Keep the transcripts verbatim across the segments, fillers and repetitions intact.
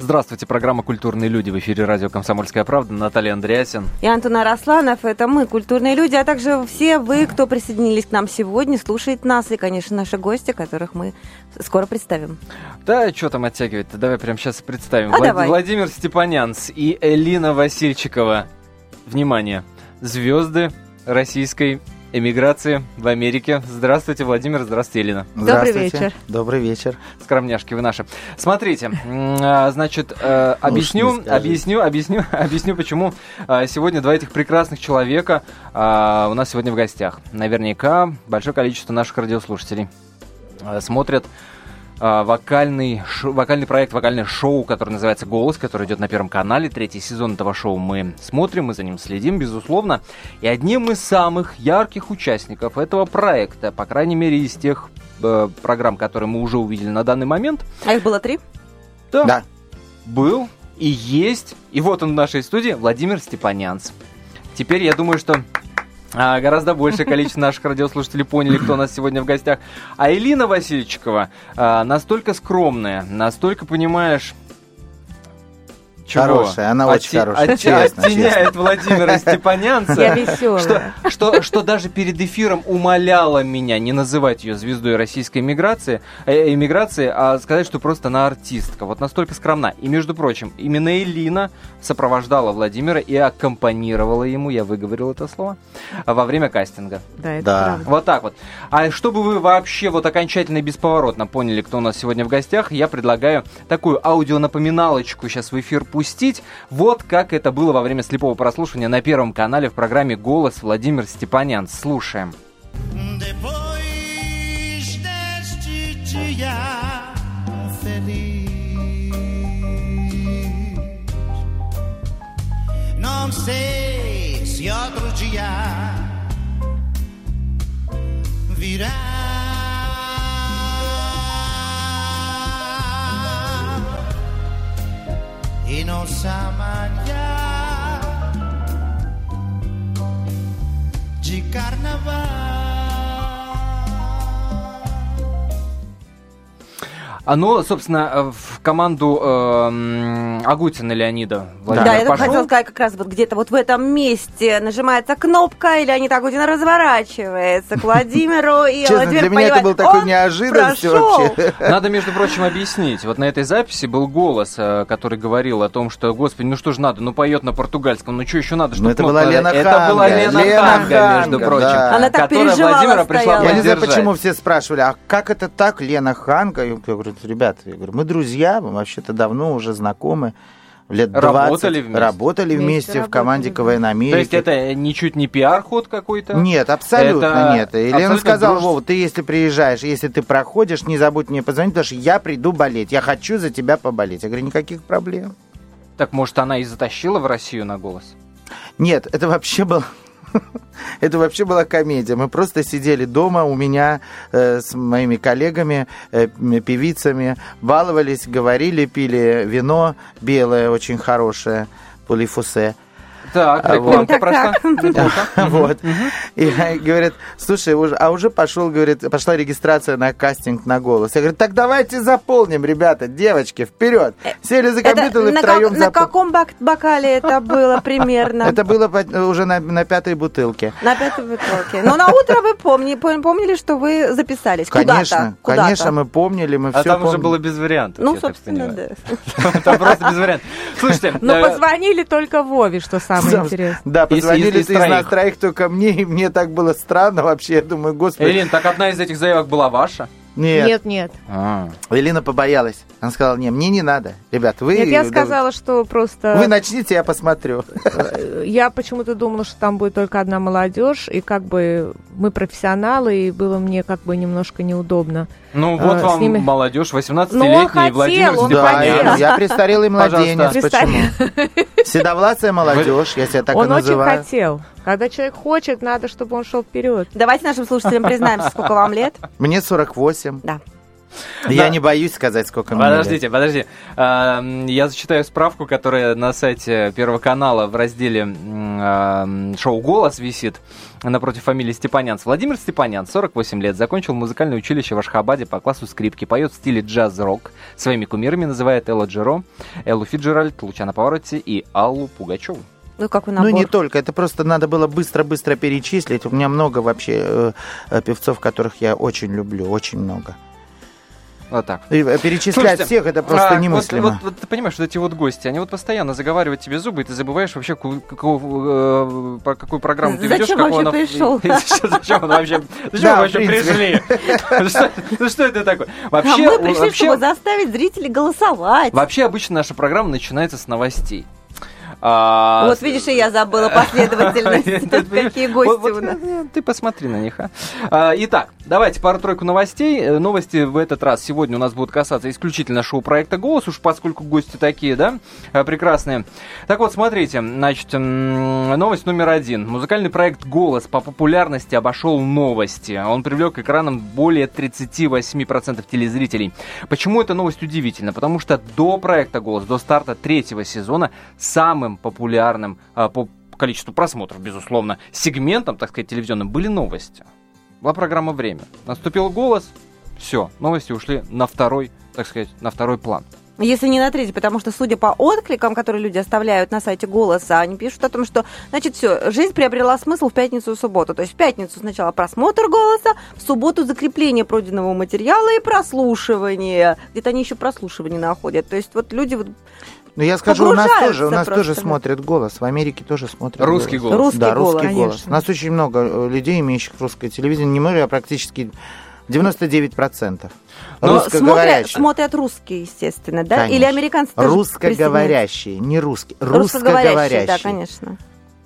Здравствуйте, программа «Культурные люди». В эфире радио «Комсомольская правда». Наталья Андреасин. И Антон Арасланов. Это мы, «Культурные люди», а также все вы, кто присоединились к нам сегодня, слушает нас. И, конечно, наши гости, которых мы скоро представим. Да, что там оттягивать-то? Давай прямо сейчас представим. А Влад... давай. Владимир Степанянц и Элина Васильчикова. Внимание! Звезды российской эмиграции в Америке. Здравствуйте, Владимир, здравствуйте, Елена. Добрый вечер. Добрый вечер. Скромняшки вы наши. Смотрите, значит, объясню, объясню, объясню, объясню, почему сегодня два этих прекрасных человека у нас сегодня в гостях. Наверняка большое количество наших радиослушателей смотрят вокальный, шо, вокальный проект, вокальное шоу, которое называется «Голос», который идет на Первом канале. Третий сезон этого шоу мы смотрим, мы за ним следим, безусловно. И одним из самых ярких участников этого проекта, по крайней мере, из тех э, программ, которые мы уже увидели на данный момент. А их было три? Да. Да. Был и есть. И вот он в нашей студии, Владимир Степанянц. Теперь я думаю, что... А, гораздо большее количество наших радиослушателей поняли, кто у нас сегодня в гостях. А Элина Васильчикова а, настолько скромная, настолько, понимаешь... Чего? Хорошая, она Отте- очень хорошая. отте- Честно, Оттеняет честно. Владимира Степанянца. Я веселая. Что, что, что даже перед эфиром умоляла меня не называть ее звездой российской эмиграции, э, эмиграции, а сказать, что просто она артистка. Вот настолько скромна. И, между прочим, именно Элина сопровождала Владимира и аккомпанировала ему, я выговорил это слово, во время кастинга. Да, это Да. правда. Вот так вот. А чтобы вы вообще вот окончательно и бесповоротно поняли, кто у нас сегодня в гостях, я предлагаю такую аудионапоминалочку сейчас в эфир пустить. Вот как это было во время слепого прослушивания на Первом канале в программе «Голос». Владимир Степанянц. Слушаем. Depois deste dia feliz, não sei se outro dia virá. E nossa manhã de carnaval. Оно, собственно, в команду э, Агутина Леонида Владимир Да, я только пошел. хотела сказать, как раз вот где-то вот в этом месте нажимается кнопка, и Леонид Агутин разворачивается к Владимиру, и Честно, Владимир для меня это понимает, был такой он неожиданностью прошел. вообще. Надо, между прочим, объяснить. Вот на этой записи был голос, э, который говорил о том, что, господи, ну что ж надо, ну поет на португальском, ну что еще надо, чтобы Ну, это кнопка- была Лена Это Ханга, была Лена, Лена Ханга, между Ханга, прочим. да. Она так которая переживала, Владимира пришла стояла. Я не знаю, поддержать. почему все спрашивали, а как это так, Лена Ханга? Я говорю, ребята, я говорю, мы друзья, мы вообще-то давно уже знакомы. Лет двадцать. Работали вместе? Работали Вместе вместе в работали, команде да. КВН Америки. То есть это ничуть не пиар-ход какой-то? Нет, абсолютно Это нет. И Лена абсолютно сказала, дружество. Вова, ты если приезжаешь, если ты проходишь, не забудь мне позвонить, потому что я приду болеть. Я хочу за тебя поболеть. Я говорю, никаких проблем. Так, может, она и затащила в Россию на голос? Нет, это вообще было... Это вообще была комедия. Мы просто сидели дома у меня э, с моими коллегами, э, певицами, баловались, говорили, пили вино белое, очень хорошее, полифусе. Так, А рекламка вот. прошла. Так, Неплохо. Вот. И говорят, слушай, уже, а уже пошел, говорит, пошла регистрация на кастинг на голос. Я говорю, так давайте заполним, ребята, девочки, вперед. Сели за компьютер и на, втроем как- на заполнили. каком бак- бокале это было примерно? Это было по- уже на, на пятой бутылке. На пятой бутылке. Но на утро вы помни, пом- помнили, что вы записались Конечно, куда-то. куда-то. конечно, мы помнили, мы А все там помним. уже было без вариантов. Ну, я так собственно, понимаю. да. Там просто без вариантов. Слушайте, Но э, позвонили только Вове, что самое Сам- интересное. Да, Из- позвонили из- из из, нас троих. троих только мне, и мне так было странно вообще. Я думаю, господи. Элин, так одна из этих заявок была ваша? Нет. Нет, нет. А. Элина побоялась. Она сказала, не, мне не надо. Ребят, вы... Нет, я да, сказала, что просто... Вы начните, я посмотрю. Я почему-то думала, что там будет только одна молодежь, и как бы мы профессионалы, и было мне как бы немножко неудобно. Ну, вот А, с вам ними- молодежь, Ну, он восемнадцатилетний хотел, Владимир он Да, Степанянц. я, я престарелый младенец. Пожалуйста. Почему? Седовласая молодежь, я себя так Он и называю. очень хотел. Когда человек хочет, надо, чтобы он шел вперед. Давайте нашим слушателям признаемся, сколько вам лет. Мне сорок восемь. Да. Я Да. не боюсь сказать, сколько мне Подождите, подожди. А, Я зачитаю справку, которая на сайте Первого канала в разделе м, а, шоу «Голос» висит напротив фамилии Степанянц. Владимир Степанян, сорок восемь лет, закончил музыкальное училище в Ашхабаде по классу скрипки, поет в стиле джаз-рок. Своими кумирами называет Элла Джеро, Эллу Фиджеральд, Лучано Паваротти и Аллу Пугачеву. Ну, какой Ну, набор. не только. Это просто надо было быстро-быстро перечислить. У меня много вообще э, э, певцов, которых я очень люблю. Очень много. Вот так. И э, перечислять Слушайте, всех это просто а, немыслимо. Вот, вот, вот ты понимаешь, вот эти вот гости, они вот постоянно заговаривают тебе зубы, и ты забываешь вообще, ку- какого, э, про какую программу ты ведешь. Зачем какого вообще она- пришел? Зачем он вообще, зачем Да, вы вообще в принципе. пришли? Что- Ну что это такое? А Вообще, мы пришли, вообще- чтобы заставить зрителей голосовать. Вообще обычно наша программа начинается с новостей. А, Вот видишь, и я забыла последовательность. Ты понимаешь? Какие Вот- гости вот, у нас. э, Ты посмотри на них, а. А, Итак, давайте пару-тройку новостей. Э, Новости в этот раз сегодня у нас будут касаться исключительно шоу-проекта «Голос», уж поскольку гости такие, да, э, прекрасные. Так вот, смотрите, значит, м, новость номер один. Музыкальный проект «Голос» по популярности обошел новости. Он привлек к экранам более тридцать восемь процентов телезрителей. Почему эта новость удивительна? Потому что до проекта «Голос», до старта третьего сезона, самым популярным а, по количеству просмотров, безусловно, сегментом, так сказать, телевизионным были новости. Была программа «Время». Наступил «Голос», все, новости ушли на второй, так сказать, на второй план. Если не на третий, потому что, судя по откликам, которые люди оставляют на сайте «Голоса», они пишут о том, что, значит, все, жизнь приобрела смысл в пятницу и субботу. То есть в пятницу сначала просмотр «Голоса», в субботу закрепление пройденного материала и прослушивание. Где-то они еще прослушивание находят. То есть вот люди вот Ну, я скажу, у нас погружаются тоже, у нас просто. тоже смотрят «Голос». В Америке тоже смотрят Русский «Голос». Русский да, «Голос», русский конечно. «Голос». У нас очень много э, людей, имеющих русское телевидение. Не мы, а практически девяносто девять процентов. Но смотрят, Русскоговорящих. смотрят русские, естественно, да? Конечно. Или американцы тоже Русскоговорящие, не русские. Русскоговорящие, Русскоговорящие. да, конечно.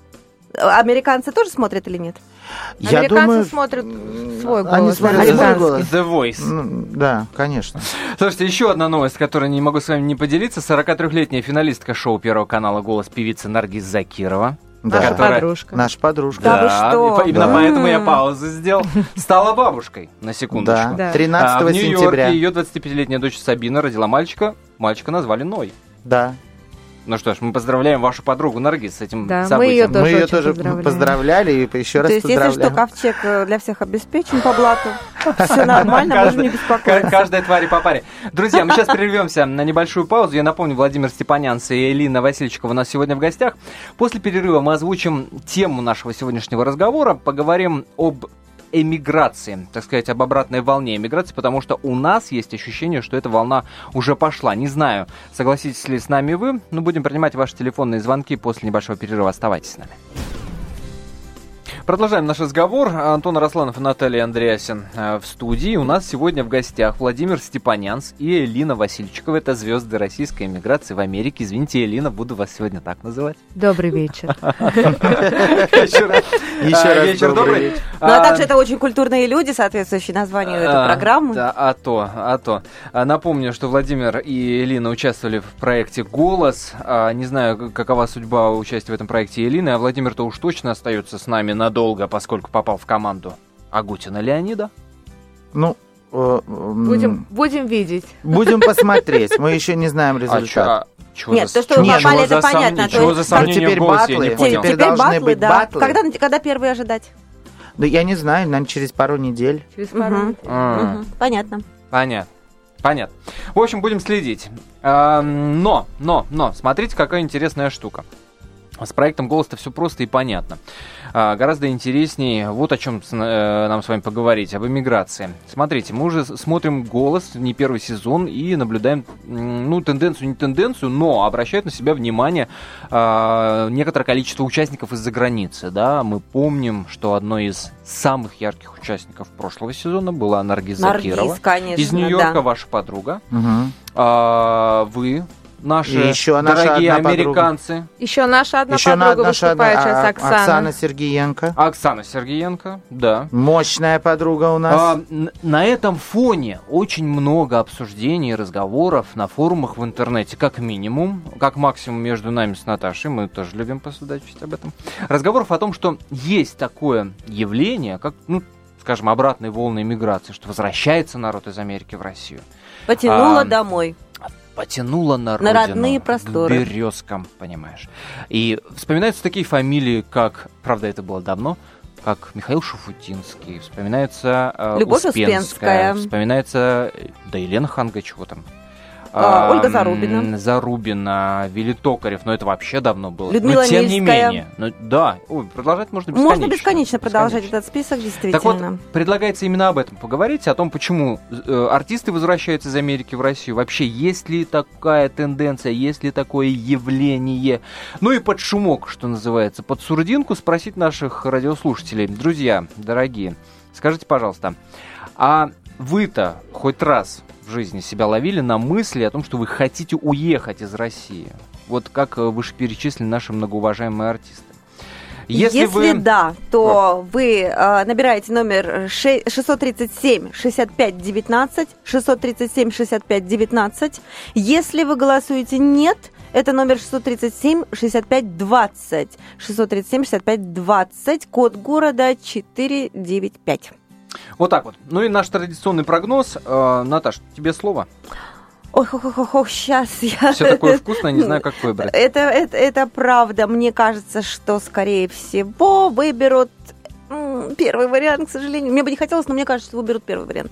Американцы тоже смотрят или нет? Я Американцы думаю, смотрят свой голос. они смотрят свой американский. голос. The Voice. Ну, да, конечно. Слушайте, еще одна новость, которой не могу с вами не поделиться. сорокатрёхлетняя финалистка шоу Первого канала «Голос», певица Наргиз Закирова. Да. Наша Которая- подружка. Наша подружка. Да вы что? и- именно Да. поэтому я М. паузу сделал. Стала бабушкой, на секундочку. Да, Да. тринадцатого А, в Нью-Йорке сентября. ее двадцатипятилетняя дочь Сабина родила мальчика. Мальчика назвали Ной. Да. Ну что ж, мы поздравляем вашу подругу Наргиз с этим Да, мы событием. ее тоже Мы ее очень тоже поздравляем. поздравляли и еще раз То есть, если поздравляем. что, ковчег э, для всех обеспечен по блату, все нормально, можем не Ка- беспокоиться. Каждой твари по паре. Друзья, мы сейчас прервемся на небольшую паузу. Я напомню, Владимир Степанянц и Элина Васильчикова у нас сегодня в гостях. После перерыва мы озвучим тему нашего сегодняшнего разговора. Поговорим об эмиграции, так сказать, об обратной волне эмиграции, потому что у нас есть ощущение, что эта волна уже пошла. Не знаю, согласитесь ли с нами вы, но будем принимать ваши телефонные звонки после небольшого перерыва. Оставайтесь с нами. Продолжаем наш разговор. Антон Арасланов и Наталья Андреасин э, в студии. У нас сегодня в гостях Владимир Степанянц и Элина Васильчикова. Это звезды российской эмиграции в Америке. Извините, Элина, буду вас сегодня так называть. Добрый вечер. Вечер Еще раз вечер добрый добрый. вечер. Ну, а также это очень культурные люди, соответствующие названию этой А, программы. Да, а то, а то. А, Напомню, что Владимир и Элина участвовали в проекте «Голос». А, Не знаю, к- какова судьба участия в этом проекте Элины, а Владимир-то уж точно остается с нами надолго, поскольку попал в команду Агутина Леонида. Ну, э, м, Будем, будем видеть. будем посмотреть. Мы еще не знаем А результат. чё- а чего Нет, за- то, что чё- вы чего попали, за это понятно. сомнения? То Чего есть за как сомнения теперь в голосе, я батлы? не понял. Теперь должны батлы, быть да. батлы. Когда, когда первые ожидать? Да я не знаю, наверное, через пару недель. Через пару Мгм. недель. А. Мгм, понятно. Понятно. Понятно. В общем, будем следить. А, Но, но, но, смотрите, какая интересная штука. С проектом «Голос»-то все просто и понятно. А, Гораздо интереснее вот о чем с- э, нам с вами поговорить, об эмиграции. Смотрите, мы уже с- смотрим «Голос», не первый сезон, и наблюдаем, м, ну, тенденцию, не тенденцию, но обращают на себя внимание а, некоторое количество участников из-за границы. Да? Мы помним, что одной из самых ярких участников прошлого сезона была Наргиз Закирова. Наргиз, конечно, Из Нью-Йорка, да. ваша подруга. Мгм. А, вы, наши И еще наша дорогие одна подруга. американцы. Еще наша одна Еще подруга на- наша одна- выступающая, а- Оксана. Оксана Сергиенко. Оксана Сергиенко, да. Мощная подруга у нас. А, н- на этом фоне очень много обсуждений и разговоров на форумах в интернете, как минимум, как максимум между нами с Наташей, мы тоже любим посудачить об этом. Разговоров о том, что есть такое явление, как, ну, скажем, обратной волны иммиграции, что возвращается народ из Америки в Россию. Потянуло а, домой. Потянуло на, на родину, родные просторы. К березкам, понимаешь. И вспоминаются такие фамилии, как, правда, это было давно, как Михаил Шуфутинский, вспоминается э, Любовь Успенская, Успенская, вспоминается, да, Елена Хангачева там. А, Ольга Зарубина. Зарубина, Вилли Токарев, но это вообще давно было. Людмила но тем не Мильская. менее. Но, да, ой, продолжать можно бесконечно. Можно бесконечно продолжать бесконечно. этот список, действительно. Так вот, предлагается именно об этом поговорить, о том, почему э, артисты возвращаются из Америки в Россию. Вообще, есть ли такая тенденция, есть ли такое явление? Ну и под шумок, что называется, под сурдинку спросить наших радиослушателей. Друзья, дорогие, скажите, пожалуйста, а вы-то хоть раз в жизни себя ловили на мысли о том, что вы хотите уехать из России? Вот как вышеперечислены наши многоуважаемые артисты. Если, Если вы... да, то вот. вы э, набираете номер шестьсот тридцать семь шестьдесят пять девятнадцать, шестьсот тридцать семь шестьдесят пять девятнадцать. Если вы голосуете нет, это номер шестьсот тридцать семь шестьдесят пять двадцать. шестьсот тридцать семь шестьдесят пять двадцать, код города четыреста девяносто пять. Вот так вот. Ну и наш традиционный прогноз. Э, Наташ, тебе слово. Ох, ох, ох, ох, ох, сейчас я... Все такое вкусное, не знаю, как выбрать. Это, это, это правда. Мне кажется, что, скорее всего, выберут м, первый вариант, к сожалению. Мне бы не хотелось, но мне кажется, что выберут первый вариант.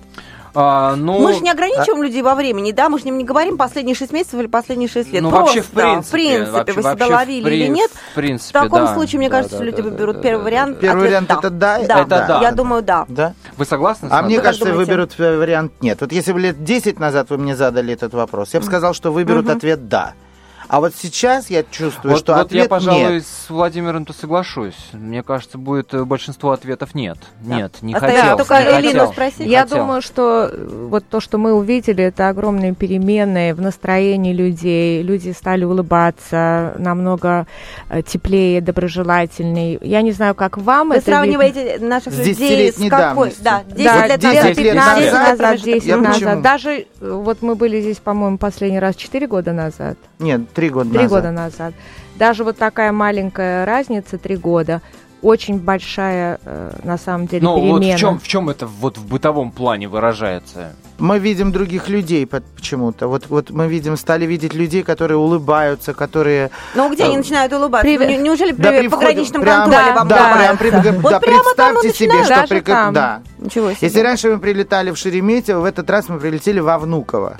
А, ну, мы же не ограничиваем а... людей во времени, да? Мы же не говорим последние шесть месяцев или последние шесть лет. Ну, Просто, вообще, в принципе, в принципе вообще, вы себя вообще, ловили при... или нет. В, принципе, в таком да. случае, мне да, кажется, да, люди да, выберут да, первый да, вариант. Первый вариант да. это да? Да, это да. Я думаю, да. да. Вы согласны с А мне Вы кажется, думаете? выберут вариант нет. Вот если бы лет десять назад вы мне задали этот вопрос, я бы сказал, что выберут Угу. ответ да. А вот сейчас я чувствую, вот, что вот ответ я, пожалуй, нет. с Владимиром-то соглашусь. Мне кажется, будет большинство ответов нет. Да. Нет, не Остается хотел. только не Элину хотел. спросить. Не Я хотел. думаю, что вот то, что мы увидели, это огромные перемены в настроении людей. Люди стали улыбаться намного теплее, доброжелательнее. Я не знаю, как вам Вы это сравниваете видно. наших С людей десятилетней с какой? давностью. Да, десять Да, лет десять назад. лет пятнадцать назад, назад, десять я назад. почему? Даже вот мы были здесь, по-моему, последний раз четыре года назад. Нет, три года Три назад. года назад. Даже вот такая маленькая разница, три года, очень большая, э, на самом деле, Ну, перемена. вот в чем, в чем это вот в бытовом плане выражается? Мы видим других людей почему-то. Вот, вот мы видим, стали видеть людей, которые улыбаются, которые... Ну, где они начинают улыбаться? Привет. Не- Неужели при Да, при входе- пограничном прям- контроле да, вам Да, да, прям, улыбаются? при- Вот да, прямо там представьте и себе, начинают. что... Даже при- там. Да. Ничего себе. Если раньше мы прилетали в Шереметьево, в этот раз мы прилетели во Внуково.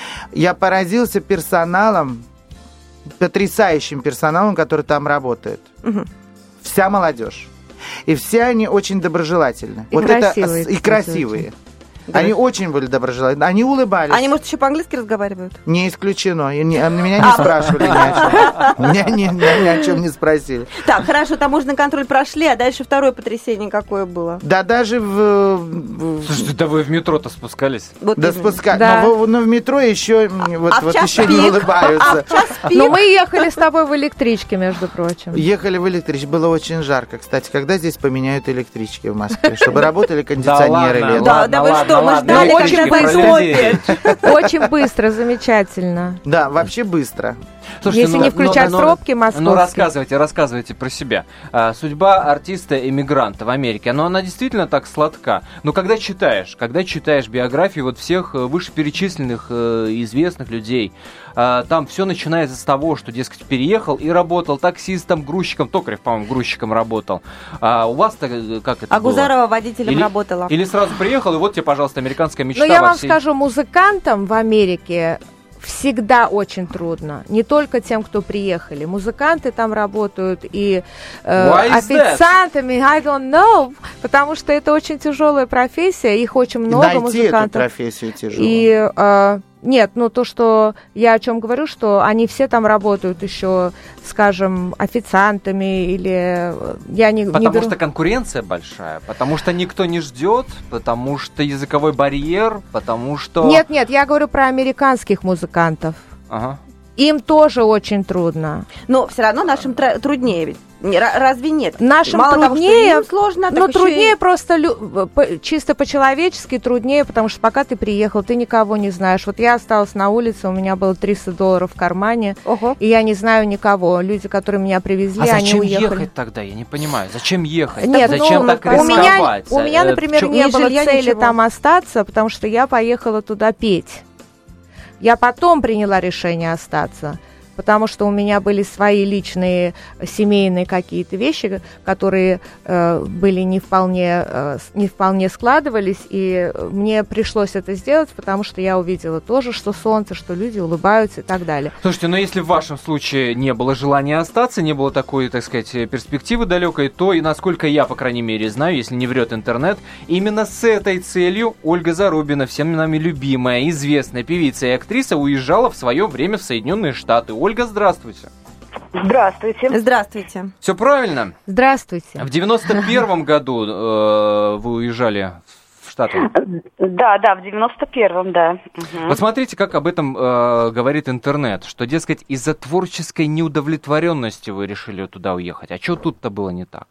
Я поразился персоналом, потрясающим персоналом, который там работает. Мгм. Вся молодежь. И все они очень доброжелательны. И вот красивые, это, и кстати, красивые. Да. Они очень были доброжелательны. Они улыбались. Они, может, еще по-английски разговаривают? Не исключено. И не- а меня не спрашивали ни о чем. Меня ни, ни- ни о чем не спросили. Так, хорошо, таможенный контроль прошли, а дальше второе потрясение какое было? Да даже в... в- Слушайте, да вы в метро-то спускались? Вот да именно. спуска... Да. Но, в, но в метро еще, вот, а в вот час еще не пик? улыбаются. А в час пик? Но мы ехали с тобой в электричке, между прочим. Ехали в электричке, было очень жарко. Кстати, когда здесь поменяют электрички в Москве? Чтобы работали кондиционеры ладно, летом. Да, да вы что, мы ждали, Ну, когда очень затопит. Очень быстро, замечательно. Да, вообще быстро. Если не включать пробки московские. Ну, рассказывайте, рассказывайте про себя. А, судьба артиста-эмигранта в Америке, ну, она действительно так сладка. Но когда читаешь, когда читаешь биографии вот всех э, вышеперечисленных э, известных людей, а, там все начинается с того, что, дескать, переехал и работал таксистом, грузчиком, Токарев, по-моему, грузчиком работал. А у вас-то э, как это А было? Гузарова водителем Или- работала. Или сразу приехал, и вот тебе, пожалуйста, американская мечта. Но я во вам всей- скажу, музыкантам в Америке всегда очень трудно. Не только тем, кто приехали. Музыканты там работают и э, Why is that? официантами, I don't know, потому что это очень тяжелая профессия, их очень много Найти эту музыкантов. профессию тяжело. И э, нет, ну то, что я о чем говорю, что они все там работают еще, скажем, официантами или э, я не, не Потому беру- что конкуренция большая, потому что никто не ждет, потому что языковой барьер, потому что... Нет, нет, я говорю про американских музыкантов. Ага. Им тоже очень трудно. Но все равно нашим тр- труднее ведь. Разве нет? Нашим Мало труднее, того, что им сложно, но труднее и... просто лю- по- чисто по-человечески труднее, потому что пока ты приехал, ты никого не знаешь. Вот я осталась на улице, у меня было триста долларов в кармане, Ого. и я не знаю никого. Люди, которые меня привезли, а они уехали. зачем ехать тогда? Я не понимаю. Зачем ехать? Нет, зачем ну, так у рисковать? меня, у меня, например, Чё, не было жилья, цели ничего. там остаться, потому что я поехала туда петь. Я потом приняла решение остаться, потому что у меня были свои личные семейные какие-то вещи, которые э, были не вполне, э, не вполне складывались, и мне пришлось это сделать, потому что я увидела тоже, что солнце, что люди улыбаются и так далее. Слушайте, но если в вашем случае не было желания остаться, не было такой, так сказать, перспективы далекой, то, и насколько я, по крайней мере, знаю, если не врет интернет, именно с этой целью Ольга Зарубина, всем нами любимая, известная певица и актриса, уезжала в свое время в Соединенные Штаты. Ольга, здравствуйте. Здравствуйте. Здравствуйте. Все правильно? Здравствуйте. В девяносто первом году э, вы уезжали в Штаты? Да, да, в девяносто первом, да. Угу. Вот смотрите, как об этом э, говорит интернет, что, дескать, из-за творческой неудовлетворенности вы решили туда уехать. А что тут-то было не так?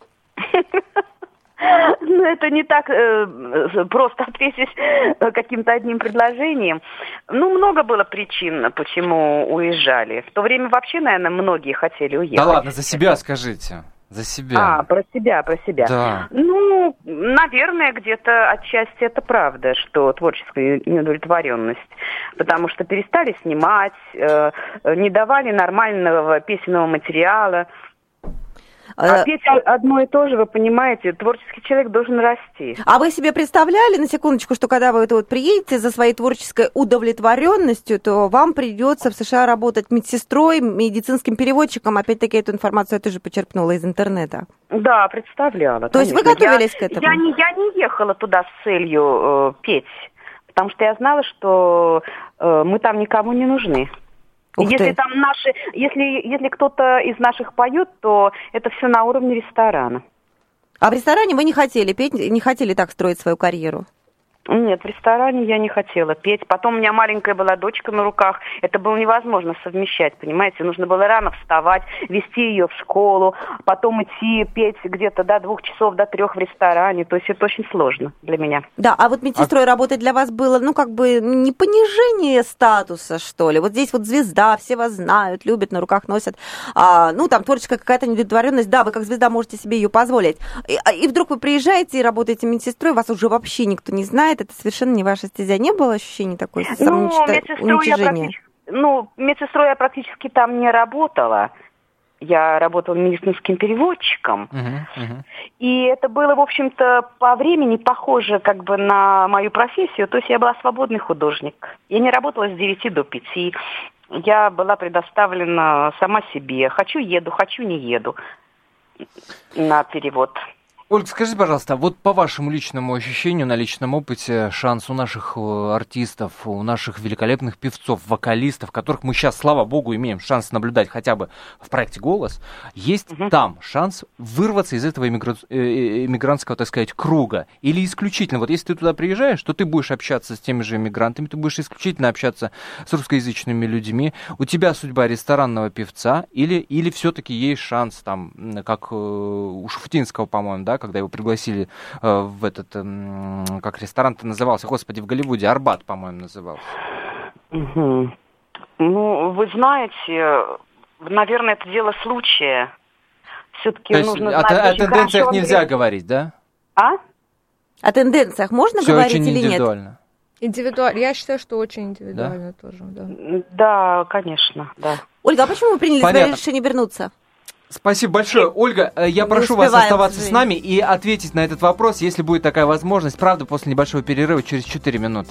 Ну, это не так э, просто ответить каким-то одним предложением. Ну, много было причин, почему уезжали. В то время вообще, наверное, многие хотели уехать. Да ладно, за себя скажите. За себя. А, про себя, про себя. Да. Ну, наверное, где-то отчасти это правда, что творческая неудовлетворенность. Потому что перестали снимать, э, не давали нормального песенного материала. А петь одно и то же, вы понимаете, творческий человек должен расти. А вы себе представляли, на секундочку, что когда вы вот приедете за своей творческой удовлетворенностью, то вам придется в США работать медсестрой, медицинским переводчиком? Опять-таки, эту информацию я тоже почерпнула из интернета. Да, представляла. То есть вы готовились я, к этому? Я не, я не ехала туда с целью э, петь, потому что я знала, что э, мы там никому не нужны. Ух если ты. там наши, если, если кто-то из наших поет, то это все на уровне ресторана. А в ресторане вы не хотели петь, не хотели так строить свою карьеру? Нет, в ресторане я не хотела петь. Потом у меня маленькая была дочка на руках. Это было невозможно совмещать, понимаете? Нужно было рано вставать, вести ее в школу, потом идти петь где-то до двух часов, до трех в ресторане. То есть это очень сложно для меня. Да, а вот медсестрой а... работать для вас было, ну, как бы не понижение статуса, что ли? Вот здесь вот звезда, все вас знают, любят, на руках носят. А, ну, там творческая какая-то неудовлетворенность, да, вы как звезда можете себе ее позволить. И, и вдруг вы приезжаете и работаете медсестрой, вас уже вообще никто не знает, это совершенно не ваша стезя. Не было ощущения такой самоуничижения? Ну, медсестрой я практически там не работала. Я работала медицинским переводчиком. Uh-huh, uh-huh. И это было, в общем-то, по времени похоже как бы на мою профессию. То есть я была свободный художник. Я не работала с девяти до пяти. Я была предоставлена сама себе. Хочу еду, хочу не еду на перевод. Ольга, скажите, пожалуйста, вот по вашему личному ощущению, на личном опыте, шанс у наших артистов, у наших великолепных певцов, вокалистов, которых мы сейчас, слава богу, имеем шанс наблюдать хотя бы в проекте «Голос», есть угу. там шанс вырваться из этого эмигра... эмигрантского, так сказать, круга? Или исключительно, вот если ты туда приезжаешь, то ты будешь общаться с теми же эмигрантами, ты будешь исключительно общаться с русскоязычными людьми, у тебя судьба ресторанного певца, или, или все-таки есть шанс, там, как у Шуфутинского, по-моему, да, когда его пригласили э, в этот, э, как ресторан-то назывался, господи, в Голливуде, Арбат, по-моему, назывался. Угу. Ну, вы знаете, наверное, это дело случая. Все-таки нужно знать. О, о тенденциях нельзя время... говорить, да? А? О тенденциях можно Всё говорить очень или индивидуально. нет? Индивидуально. Я считаю, что очень индивидуально да? тоже, да. Да, конечно, да. Ольга, а почему вы приняли Понятно. свое решение вернуться? Спасибо большое. Ольга, я Не прошу вас успеваем, оставаться Жень. с нами и ответить на этот вопрос, если будет такая возможность. Правда, после небольшого перерыва через четыре минуты.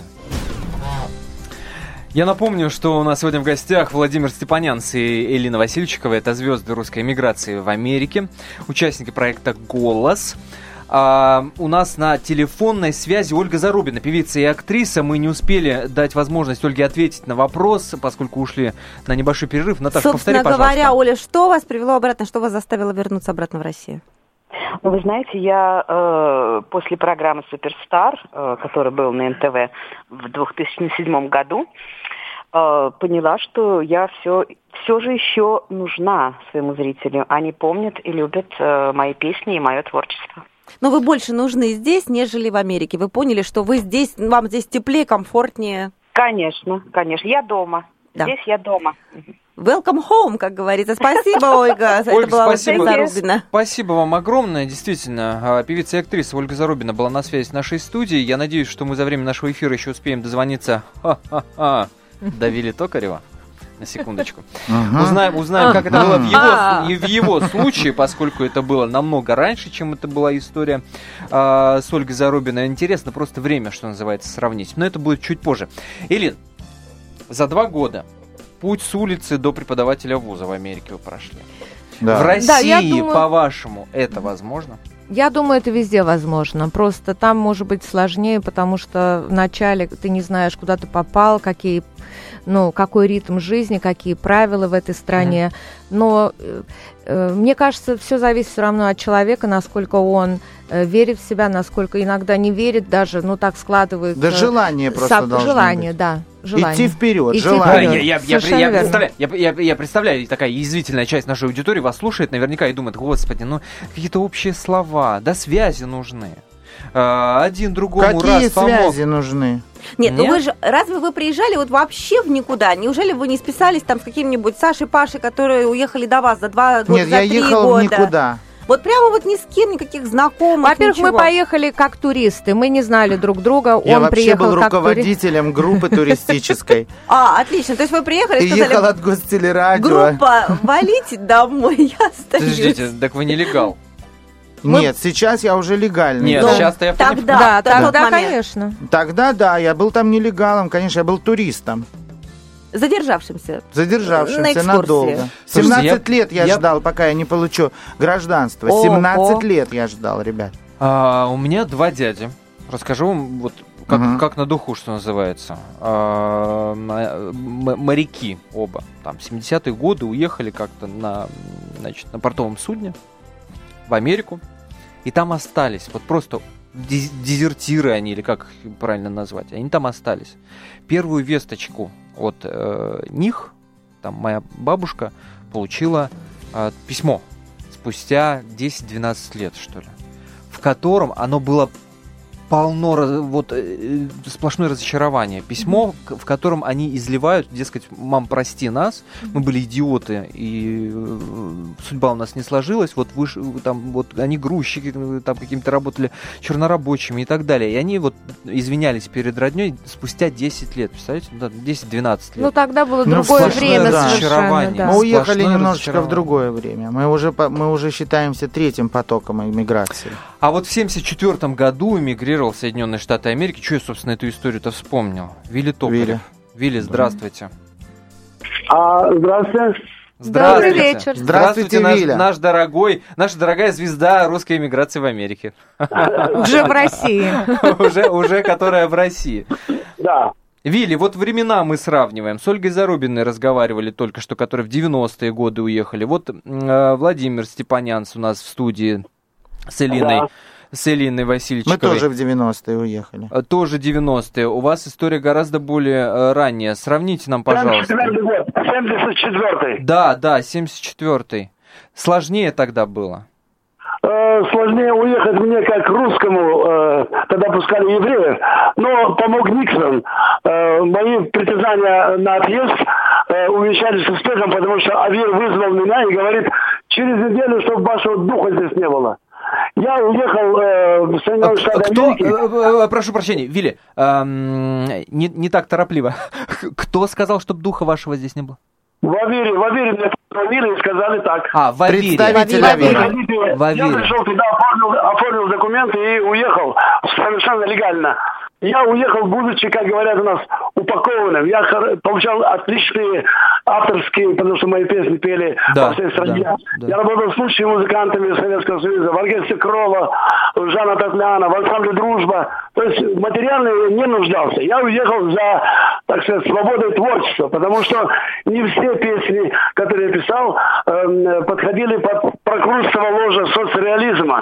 Я напомню, что у нас сегодня в гостях Владимир Степанянц и Элина Васильчикова. Это звезды русской эмиграции в Америке, участники проекта «Голос». А, у нас на телефонной связи Ольга Зарубина, певица и актриса. Мы не успели дать возможность Ольге ответить на вопрос, поскольку ушли на небольшой перерыв. Наташа, повтори, собственно пожалуйста. говоря, Оля, что вас привело обратно, что вас заставило вернуться обратно в Россию? Ну, вы знаете, я э, после программы «Суперстар», э, которая была на эн тэ вэ в две тысячи седьмом году, э, поняла, что я все, все же еще нужна своему зрителю. Они помнят и любят э, мои песни и мое творчество. Но вы больше нужны здесь, нежели в Америке. Вы поняли, что вы здесь, вам здесь теплее, комфортнее? Конечно, конечно. Я дома. Да. Здесь я дома. Welcome home, как говорится. Спасибо, Ольга. Это Ольга, была спасибо. Ольга Зарубина. Спасибо вам огромное. Действительно, певица и актриса Ольга Зарубина была на связи с нашей студией. Я надеюсь, что мы за время нашего эфира еще успеем дозвониться Ха-ха-ха. до Вилли Токарева. На секундочку. Uh-huh. Узнаем, узнаем, как это было в его, и в его случае, поскольку это было намного раньше, чем это была история э, с Ольгой Зарубиной. Интересно просто время, что называется, сравнить. Но это будет чуть позже. Элин, за два года путь с улицы до преподавателя вуза в Америке вы прошли. Да. В России, да, думаю... по-вашему, это возможно? Я думаю, это везде возможно. Просто там может быть сложнее, потому что вначале ты не знаешь, куда ты попал, какие, ну, какой ритм жизни, какие правила в этой стране. Mm-hmm. Но э, мне кажется, все зависит все равно от человека, насколько он э, верит в себя, насколько иногда не верит даже, ну, так складывается. Да желание просто со- должно желание, быть. да. Желание. Идти вперед, Идти желание. Да, я, я, я, я, я, представляю, я, я, я представляю, такая язвительная часть нашей аудитории вас слушает наверняка и думает, господи, ну какие-то общие слова, да, связи нужны. А, один другому Какие раз помог. связи нужны? Нет, Нет, ну вы же, разве вы приезжали вот вообще в никуда? Неужели вы не списались там с каким-нибудь Сашей, Пашей, которые уехали до вас за два года, Нет, за я три ехал года? в никуда. Вот прямо вот ни с кем, никаких знакомых, Во-первых, ничего. мы поехали как туристы, мы не знали друг друга, Я он вообще приехал был как руководителем группы туристической. А, отлично, то есть вы приехали И и сказали, ехал от гостелерадио. группа, валите домой, я остаюсь. Подождите, так вы нелегал. Нет, сейчас я уже легальный. Нет, Ну, сейчас-то я понимаю. тогда, Да, в тот тогда, момент. конечно. Тогда да, я был там нелегалом, конечно, я был туристом. Задержавшимся. Задержавшимся На экскурсии. надолго. Слушайте, семнадцать я- лет я, я- ждал, пока я не получу гражданство. Ого. семнадцать лет я ждал, ребят. А, у меня два дяди. Расскажу вам, вот как, Мгм. как на духу, что называется. А, м- моряки оба. Там семидесятые годы уехали как-то на, значит, на портовом судне в Америку. И там остались. Вот просто дез- дезертиры они, или как их правильно назвать. Они там остались. Первую весточку от э, них, там моя бабушка получила э, письмо спустя десять-двенадцать лет, что ли, в котором оно было полно раз- вот, э, сплошное разочарование. Письмо, к- в котором они изливают, дескать, мам, прости нас, мы были идиоты, и э, судьба у нас не сложилась, вот, вы, ш- там, вот они грузчики, э, там какими-то работали чернорабочими и так далее. И они вот извинялись перед родней спустя десять лет, представляете? Да, десять-двенадцать лет. Ну, тогда было Ну, другое сплошное время разочарование. совершенно. Да. Мы уехали Сплошное немножечко в разочарование. другое время. Мы уже, по- мы уже считаемся третьим потоком иммиграции. А вот в семьдесят четвёртом году эмигрировал в Соединенные Штаты Америки. Чего я, собственно, эту историю-то вспомнил? Вилли Токарев. Вилли. Вилли, здравствуйте. А, здравствуйте. Добрый вечер. Здравствуйте, наш, Виля. наш дорогой, наша дорогая звезда русской эмиграции в Америке. Уже в России. Уже, уже которая в России. Да. Вилли, вот времена мы сравниваем. С Ольгой Зарубиной разговаривали только что, которые в девяностые годы уехали. Вот э, Владимир Степанянц у нас в студии с Элиной, Да. с Элиной Мы Васильчиковой. тоже в девяностые уехали. Э, Тоже девяностые. У вас история гораздо более э, ранняя. Сравните нам, семьдесят пожалуйста. четвёртый год. семьдесят четвёртый. Да, да, семьдесят четвёртый. Сложнее тогда было. Э, сложнее уехать мне как русскому, э, тогда пускали евреев, но помог Никсон. Э, мои притязания на отъезд э, увенчались успехом, потому что Авир вызвал меня и говорит, через неделю, чтобы вашего духа здесь не было. Я уехал э, в Соединенные А Штаты Кто, Америки. э, э, прошу прощения, Вилли, эм, не, не так торопливо. Кто сказал, чтобы духа вашего здесь не было? В Авире, в Авире мне позвонили и сказали так. А, в Авире. Представитель В Авире. Авира. Приходите. В Авире. Я пришел туда, оформил, оформил документы и уехал совершенно легально. Я уехал, будучи, как говорят у нас, упакованным. Я хор- получал отличные авторские, потому что мои песни пели Да, по всей стране. да, да. Я работал с лучшими музыкантами Советского Союза, в оркестре Крова, Жана Татляна, в ансамбле «Дружба». То есть материально я не нуждался. Я уехал за, так сказать, свободой творчества, потому что не все песни, которые я писал, эм, подходили под прокрустово ложе соцреализма.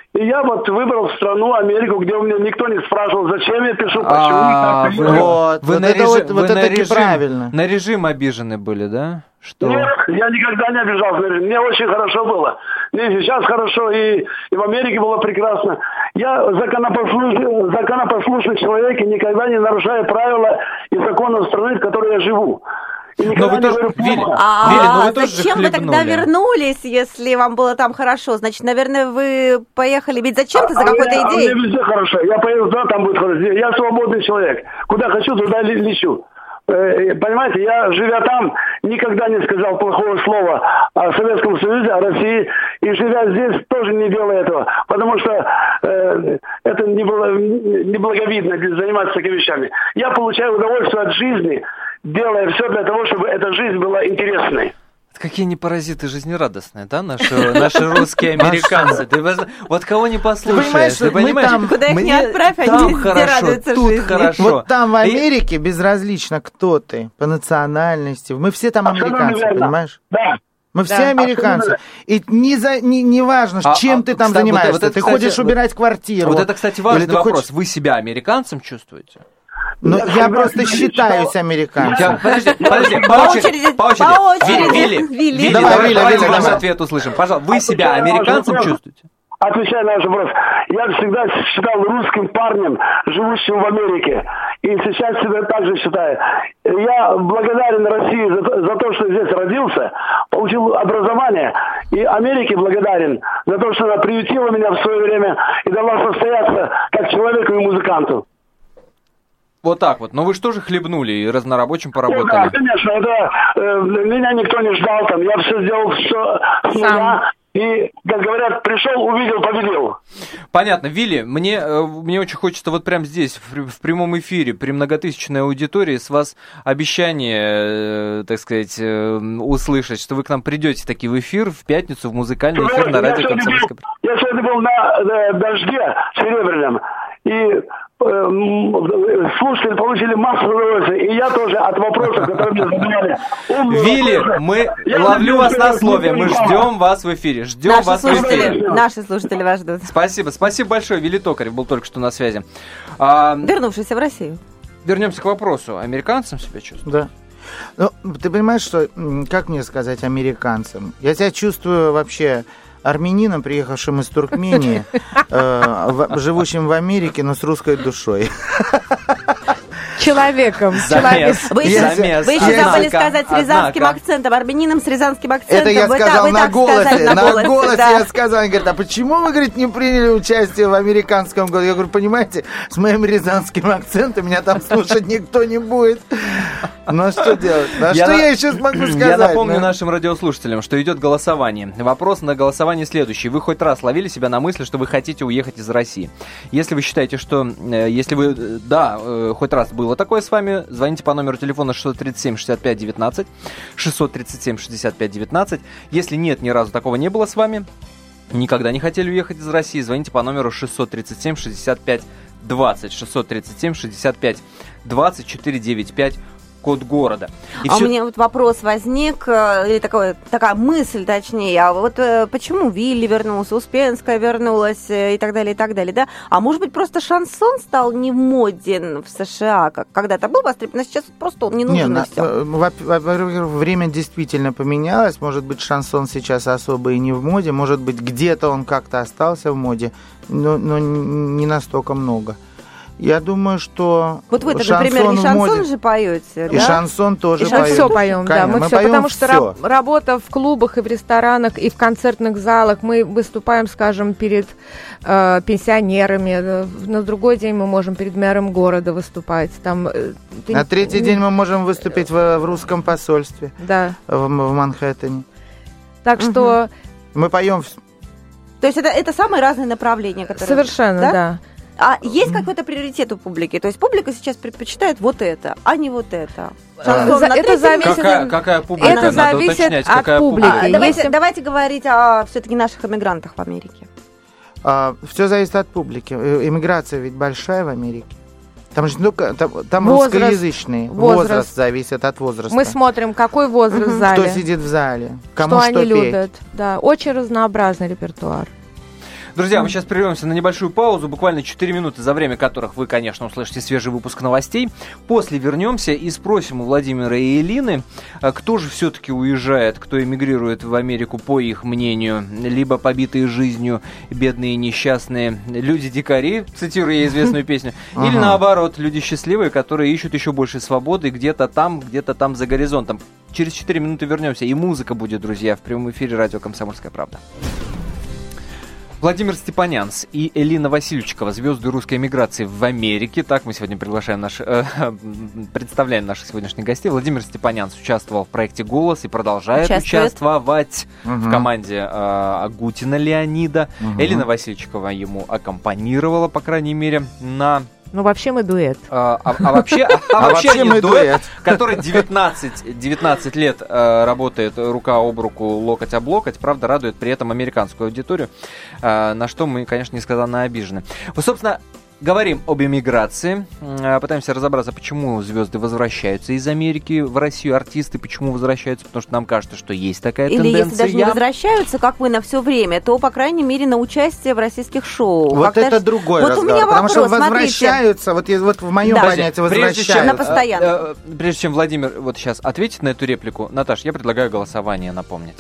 И я вот выбрал страну Америку, где у меня никто не спрашивал, зачем я пишу, почему. А, и вы, так. Вот, вы вот на это режим- вот- вы вот на это режим- неправильно. На режим обижены были, да? Что? Нет, я никогда не обижался. Мне очень хорошо было. Мне сейчас хорошо, и, и в Америке было прекрасно. Я законопослушный, законопослушный человек и никогда не нарушаю правила и законы страны, в которой я живу. И Но никогда вы не тоже, говорю Вилли, плохо. А Вилли, ну вы тоже же зачем вы тогда хлебнули. вернулись, если вам было там хорошо? Значит, наверное, вы поехали ведь зачем-то, за А какой-то мне- а идеей? мне везде хорошо. Я поеду туда, там будет хорошо. Я свободный человек. Куда хочу, туда ле- лечу. Э, Понимаете, я, живя там, никогда не сказал плохого слова о Советском Союзе, о России. И живя здесь, тоже не делаю этого. Потому что э, это неблаговидно заниматься такими вещами. Я получаю удовольствие от жизни, делая все для того, чтобы эта жизнь была интересной. Какие они паразиты жизнерадостные, да, наши, наши русские американцы. Ты воз- вот кого не послушаешь, понимаешь, ты мы понимаешь? там- Куда их не Мне отправь, они там везде хорошо, радуются тут жизни. хорошо. Вот там в И- Америке безразлично, кто ты, по национальности. Мы все там Абсолютно американцы, верно. понимаешь? Да. Мы все Да, американцы. И не, за, не, не важно, А, чем а, ты там кстати, вот занимаешься. это, ты кстати, ходишь вот- убирать квартиру. Вот это, кстати, Или важный ты вопрос. хочешь- Вы себя американцем чувствуете? Ну, Я я всегда просто себя считаюсь считал- американцем. Я- подожди, подожди, по, По очереди, очереди, по очереди. по очереди. Вилли, Вилли, Вилли. Вилли, Давай, давай, Вилли, давайте Вилли, ваш давай. ответ услышим. Пожалуйста, вы себя Отвечаю на ваш американцем вопрос. чувствуете? Отвечая на ваш вопрос, я всегда считал русским парнем, живущим в Америке. И сейчас себя также считаю. Я благодарен России за, то- за то, что здесь родился, получил образование. И Америке благодарен за то, что она приютила меня в свое время и дала состояться как человеку и музыканту. Вот так вот. Но вы же тоже хлебнули и разнорабочим Ну, да, поработали. конечно, это, э, меня никто не ждал там. Я все сделал все с нуля. И, как говорят, пришел, увидел, победил. Понятно. Вилли, мне, э, мне очень хочется вот прямо здесь, в, пр- в прямом эфире, при многотысячной аудитории, с вас обещание, э, так сказать, э, услышать, что вы к нам придете таки в эфир в пятницу, в музыкальный эфир на я, радио сегодня «Комсомольская был, я сегодня был на э, дожде серебряном, и э, м, слушатели получили массу удовольствия, и я тоже от вопросов, которые мне задавали. умные Вилли, вопросы. мы Я ловлю надеюсь, вас на что слове, мы это не ждем вас в эфире, ждем Наши вас в эфире. слушатели, наши слушатели вас ждут. Спасибо, спасибо большое. Вилли Токарев был только что на связи. А, Вернувшийся в Россию. вернемся к вопросу. Американцем себя чувствует? Да. Ну, ты понимаешь, что, м, как мне сказать, американцем? Я себя чувствую вообще армянином, приехавшим из Туркмении, э, в- живущим в Америке, но с русской душой. Человеком. Человек. Замес. Вы еще, Замес. вы еще Однако, забыли сказать с рязанским однако. акцентом, армянином с рязанским акцентом. Это я Вы та- сказал вы на так голосе, сказали на голосе да. я сказал. Они говорят, а почему вы, говорит, не приняли участие в американском голосе? Я говорю, понимаете, с моим рязанским акцентом меня там слушать никто не будет. Ну а что делать? Ну, а Я что на- я еще смогу сказать? Я напомню Ну, нашим радиослушателям, что идет голосование. Вопрос на голосование следующий. Вы хоть раз ловили себя на мысли, что вы хотите уехать из России? Если вы считаете, что... э, Если вы... э, Да, э, хоть раз было такое с вами, звоните по номеру телефона шестьсот тридцать семь шестьдесят пять девятнадцать. шестьсот тридцать семь шестьдесят пять девятнадцать. Если нет, ни разу такого не было с вами, никогда не хотели уехать из России, звоните по номеру шестьсот тридцать семь шестьдесят пять двадцать. шестьсот тридцать семь шестьдесят пять двадцать, четыре девять пять, код города. И А всё- у меня вот вопрос возник, э, или такой, такая мысль, точнее, а вот э, почему Вилли вернулся, Успенская вернулась э, и так далее, и так далее, да? А может быть, просто шансон стал не моден в США, как когда-то был востребован, а сейчас просто он не Не, нужен, на- и все. э, во- во-первых, время действительно поменялось. Может быть, шансон сейчас особо и не в моде. Может быть, где-то он как-то остался в моде, но, но не настолько много. Я думаю, что Вот вы-то, шансон например, не в шансон моде, же поете, и да? шансон тоже И Мы шансон поют. все поем, да, Конечно, мы, мы все, поем потому что всё. раб- работа в клубах и в ресторанах и в концертных залах, мы выступаем, скажем, перед э, пенсионерами, э, на другой день мы можем перед мэром города выступать. Там, э, ты- На третий день мы можем выступить в, в русском посольстве Да, в, в Манхэттене. так Мгм. что Мы поем в- То есть это, это самые разные направления, которые... совершенно, да? да. А есть какой-то приоритет у публики? То есть публика сейчас предпочитает вот это, а не вот это. Шансон За- на это третьем зависит- месте- Какая, какая публика? Это Надо зависит уточнять, от какая публики. А, публика. давайте, Если- давайте говорить о все-таки наших эмигрантах в Америке. все зависит от публики. Э, Иммиграция ведь большая в Америке. Там же только там, там Возраст. русскоязычные. Возраст. Возраст зависит от возраста. Мы смотрим, какой возраст в Мгм. зале, Кто сидит в зале, кому что что, они петь. любят. Да, очень разнообразный репертуар. Друзья, мы сейчас прервемся на небольшую паузу, буквально четыре минуты, за время которых вы, конечно, услышите свежий выпуск новостей. После вернемся и спросим у Владимира и Элины, кто же все-таки уезжает, кто эмигрирует в Америку, по их мнению, либо побитые жизнью бедные несчастные люди-дикари, цитирую я известную песню, или наоборот, люди счастливые, которые ищут еще больше свободы где-то там, где-то там за горизонтом. Через четыре минуты вернемся, и музыка будет, друзья, в прямом эфире радио «Комсомольская правда». Владимир Степанянц и Элина Васильчикова, звезды русской эмиграции в Америке. Так мы сегодня приглашаем наш, э, представляем наших сегодняшних гостей. Владимир Степанянц участвовал в проекте «Голос» и продолжает Участвует. участвовать угу. в команде э, Агутина Леонида. Угу. Элина Васильчикова ему аккомпанировала, по крайней мере, на... Ну, вообще мы дуэт. А, а, а вообще, а, а вообще мы дуэт, который девятнадцать, девятнадцать лет а, работает рука об руку, локоть об локоть, правда, радует при этом американскую аудиторию, а, на что мы, конечно, несказанно обижены. Вот, собственно, говорим об эмиграции, пытаемся разобраться, почему звезды возвращаются из Америки в Россию, артисты почему возвращаются, потому что нам кажется, что есть такая Или тенденция. Или если даже не возвращаются, как мы, на все время, то, по крайней мере, на участие в российских шоу. Вот Как-то это ж... другой вот разговор, у меня потому вопрос, что возвращаются, вот, вот в моем да. понятии возвращаются. На постоянно. А, а, прежде чем Владимир вот сейчас ответит на эту реплику, Наташ, я предлагаю голосование напомнить.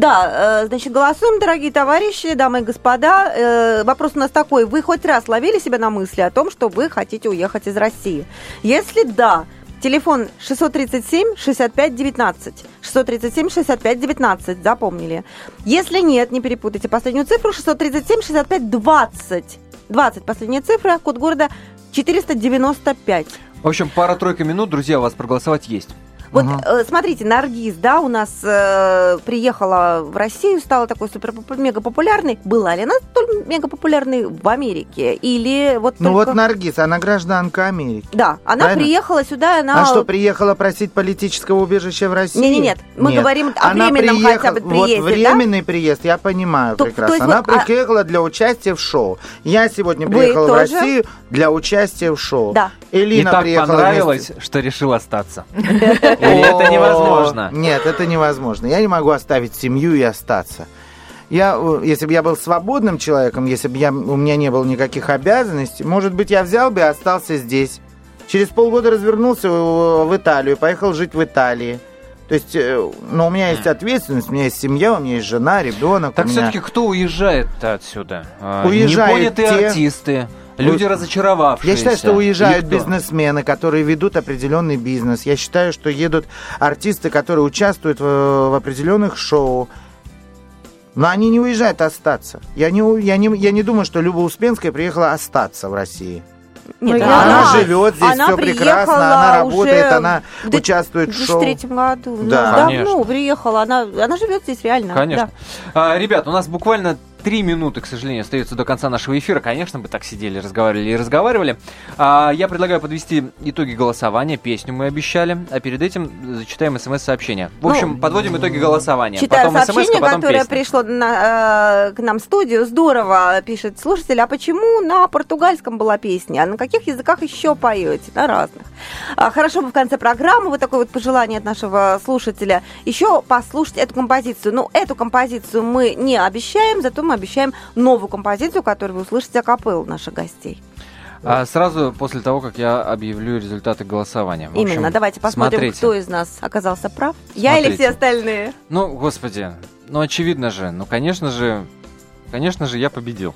Да, значит, голосуем, дорогие товарищи, дамы и господа. Вопрос у нас такой. Вы хоть раз ловили себя на мысли о том, что вы хотите уехать из России? Если да, телефон шестьсот тридцать семь шестьдесят пять девятнадцать. шестьсот тридцать семь шестьдесят пять девятнадцать, запомнили. Если нет, не перепутайте последнюю цифру, шестьсот тридцать семь шестьдесят пять двадцать. двадцать, последняя цифра, код города четыреста девяносто пять. В общем, пара-тройка минут, друзья, у вас проголосовать есть. Вот Ага. э, смотрите, Наргиз, да, у нас э, приехала в Россию, стала такой супер мега популярной. Была ли она столь мега популярной в Америке? Или вот Ну только... вот Наргиз, она гражданка Америки. Да, она Правильно? приехала сюда, она... А что, приехала просить политического убежища в России? Нет, нет, нет. Мы Нет. говорим о Она временном приехала- хотя бы приезде, Вот временный да? приезд, я понимаю То- прекрасно. то есть Она вот, а- приехала для участия в шоу. Я сегодня Вы приехала в тоже? Россию для участия в шоу. Да. Элина И так приехала понравилось, вместе- что решил остаться. Или это невозможно? Нет, это невозможно. Я не могу оставить семью и остаться. Я, если бы я был свободным человеком, если бы я, у меня не было никаких обязанностей, может быть, я взял бы и остался здесь. Через полгода развернулся в Италию, поехал жить в Италии. То есть, ну, у меня есть ответственность, у меня есть семья, у меня есть жена, ребенок. Так у меня... все-таки кто уезжает-то отсюда? Уезжают Непонятые те- артисты, люди разочаровавшиеся. Я считаю, что уезжают Или кто? бизнесмены, которые ведут определенный бизнес. Я считаю, что едут артисты, которые участвуют в, в определенных шоу. Но они не уезжают остаться. Я не, у- я, не, я не думаю, что Люба Успенская приехала остаться в России. Нет, Ну, Она она- живет здесь, она все прекрасно, приехала она работает, уже она в две- участвует в В шоу. две тысячи третьем году. Да. Ну, Конечно. давно приехала. Она, она живет здесь реально. Конечно. Да. А, ребят, у нас буквально три минуты, к сожалению, остается до конца нашего эфира. Конечно, мы так сидели, разговаривали и разговаривали. А, я предлагаю подвести итоги голосования. Песню мы обещали. А перед этим зачитаем смс-сообщение. В общем, Ну, подводим итоги голосования. Читаю потом сообщение, смс-ка, потом которое песня. пришло на, э, к нам в студию. Здорово, пишет слушатель. А почему на португальском была песня? А на каких языках еще поете? На разных. А, хорошо бы в конце программы, вот такое вот пожелание от нашего слушателя, еще послушать эту композицию. Ну, эту композицию мы не обещаем, зато мы обещаем новую композицию, которую вы услышите акапеллу наших гостей. А сразу после того, как я объявлю результаты голосования. В общем, Именно. Давайте посмотрим, смотрите. кто из нас оказался прав. Я или Смотрите. все остальные? Ну, господи, ну очевидно же, ну конечно же, конечно же, я победил.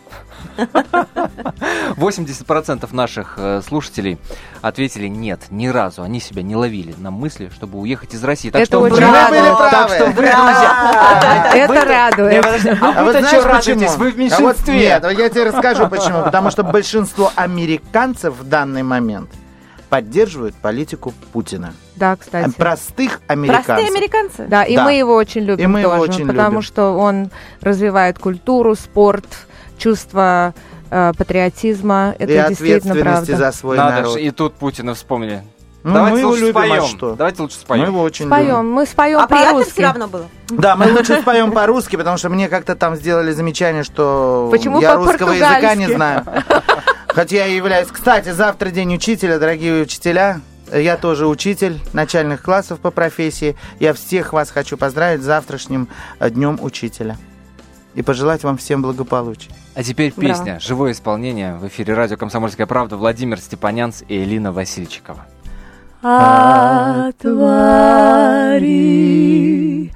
восемьдесят процентов наших э, слушателей ответили нет, ни разу. Они себя не ловили на мысли, чтобы уехать из России. Так Это что вы, очень радует. так что вы, друзья, Это Вы- радует. Не, подожди, а А вы-то вот что знаешь радуетесь? почему? Вы в А вот меньшинстве. нет, я тебе расскажу почему. Потому что большинство американцев в данный момент поддерживают политику Путина. Да, кстати. Простых американцев. Простые американцы? Да, и Да. мы его очень любим И мы его тоже, очень потому любим. что он развивает культуру, спорт, чувство э, патриотизма. Это И действительно ответственности правда. за свой Надо народ. же, и тут Путина вспомнили. Ну, Давайте мы его лучше любим, а споем. что? Давайте лучше Мы споем. его очень Споем, любим. мы споем А приятно по-русски. все равно было? Да, мы лучше споем по-русски, потому что мне как-то там сделали замечание, что Почему я русского языка по-португальски? не знаю. Хотя я являюсь... Кстати, завтра день учителя, дорогие учителя. Я тоже учитель начальных классов по профессии. Я всех вас хочу поздравить с завтрашним э, днем учителя. и пожелать вам всем благополучия. А теперь песня, Браво. живое исполнение в эфире радио «Комсомольская правда». Владимир Степанянц и Элина Васильчикова. Отвори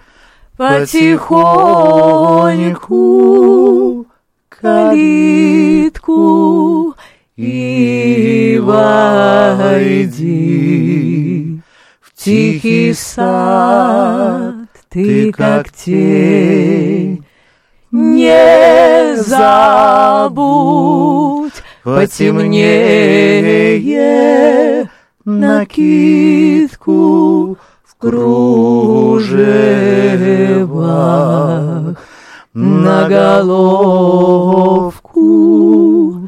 потихоньку калитку и войди в тихий сад, ты как тень. Не забудь потемнее накидку в кружевах, на головку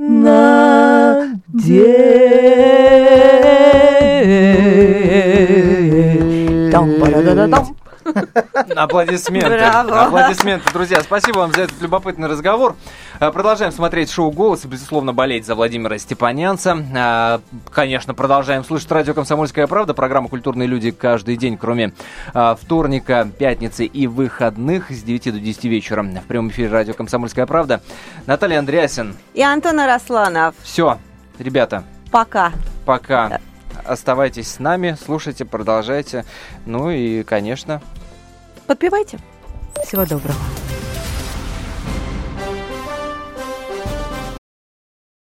надень. Там-ба-да-да-да-там. Аплодисменты. Браво. Аплодисменты, друзья. Спасибо вам за этот любопытный разговор. А, Продолжаем смотреть шоу «Голос» и, безусловно, болеть за Владимира Степанянца. А, Конечно, продолжаем слушать радио «Комсомольская правда», программа «Культурные люди» каждый день, кроме а, вторника, пятницы и выходных с девяти до десяти вечера в прямом эфире радио «Комсомольская правда». Наталья Андреасин. И Антон Арасланов. Все, ребята, Пока. пока. Оставайтесь с нами, слушайте, продолжайте. Ну и, конечно... Подпевайте. Всего доброго.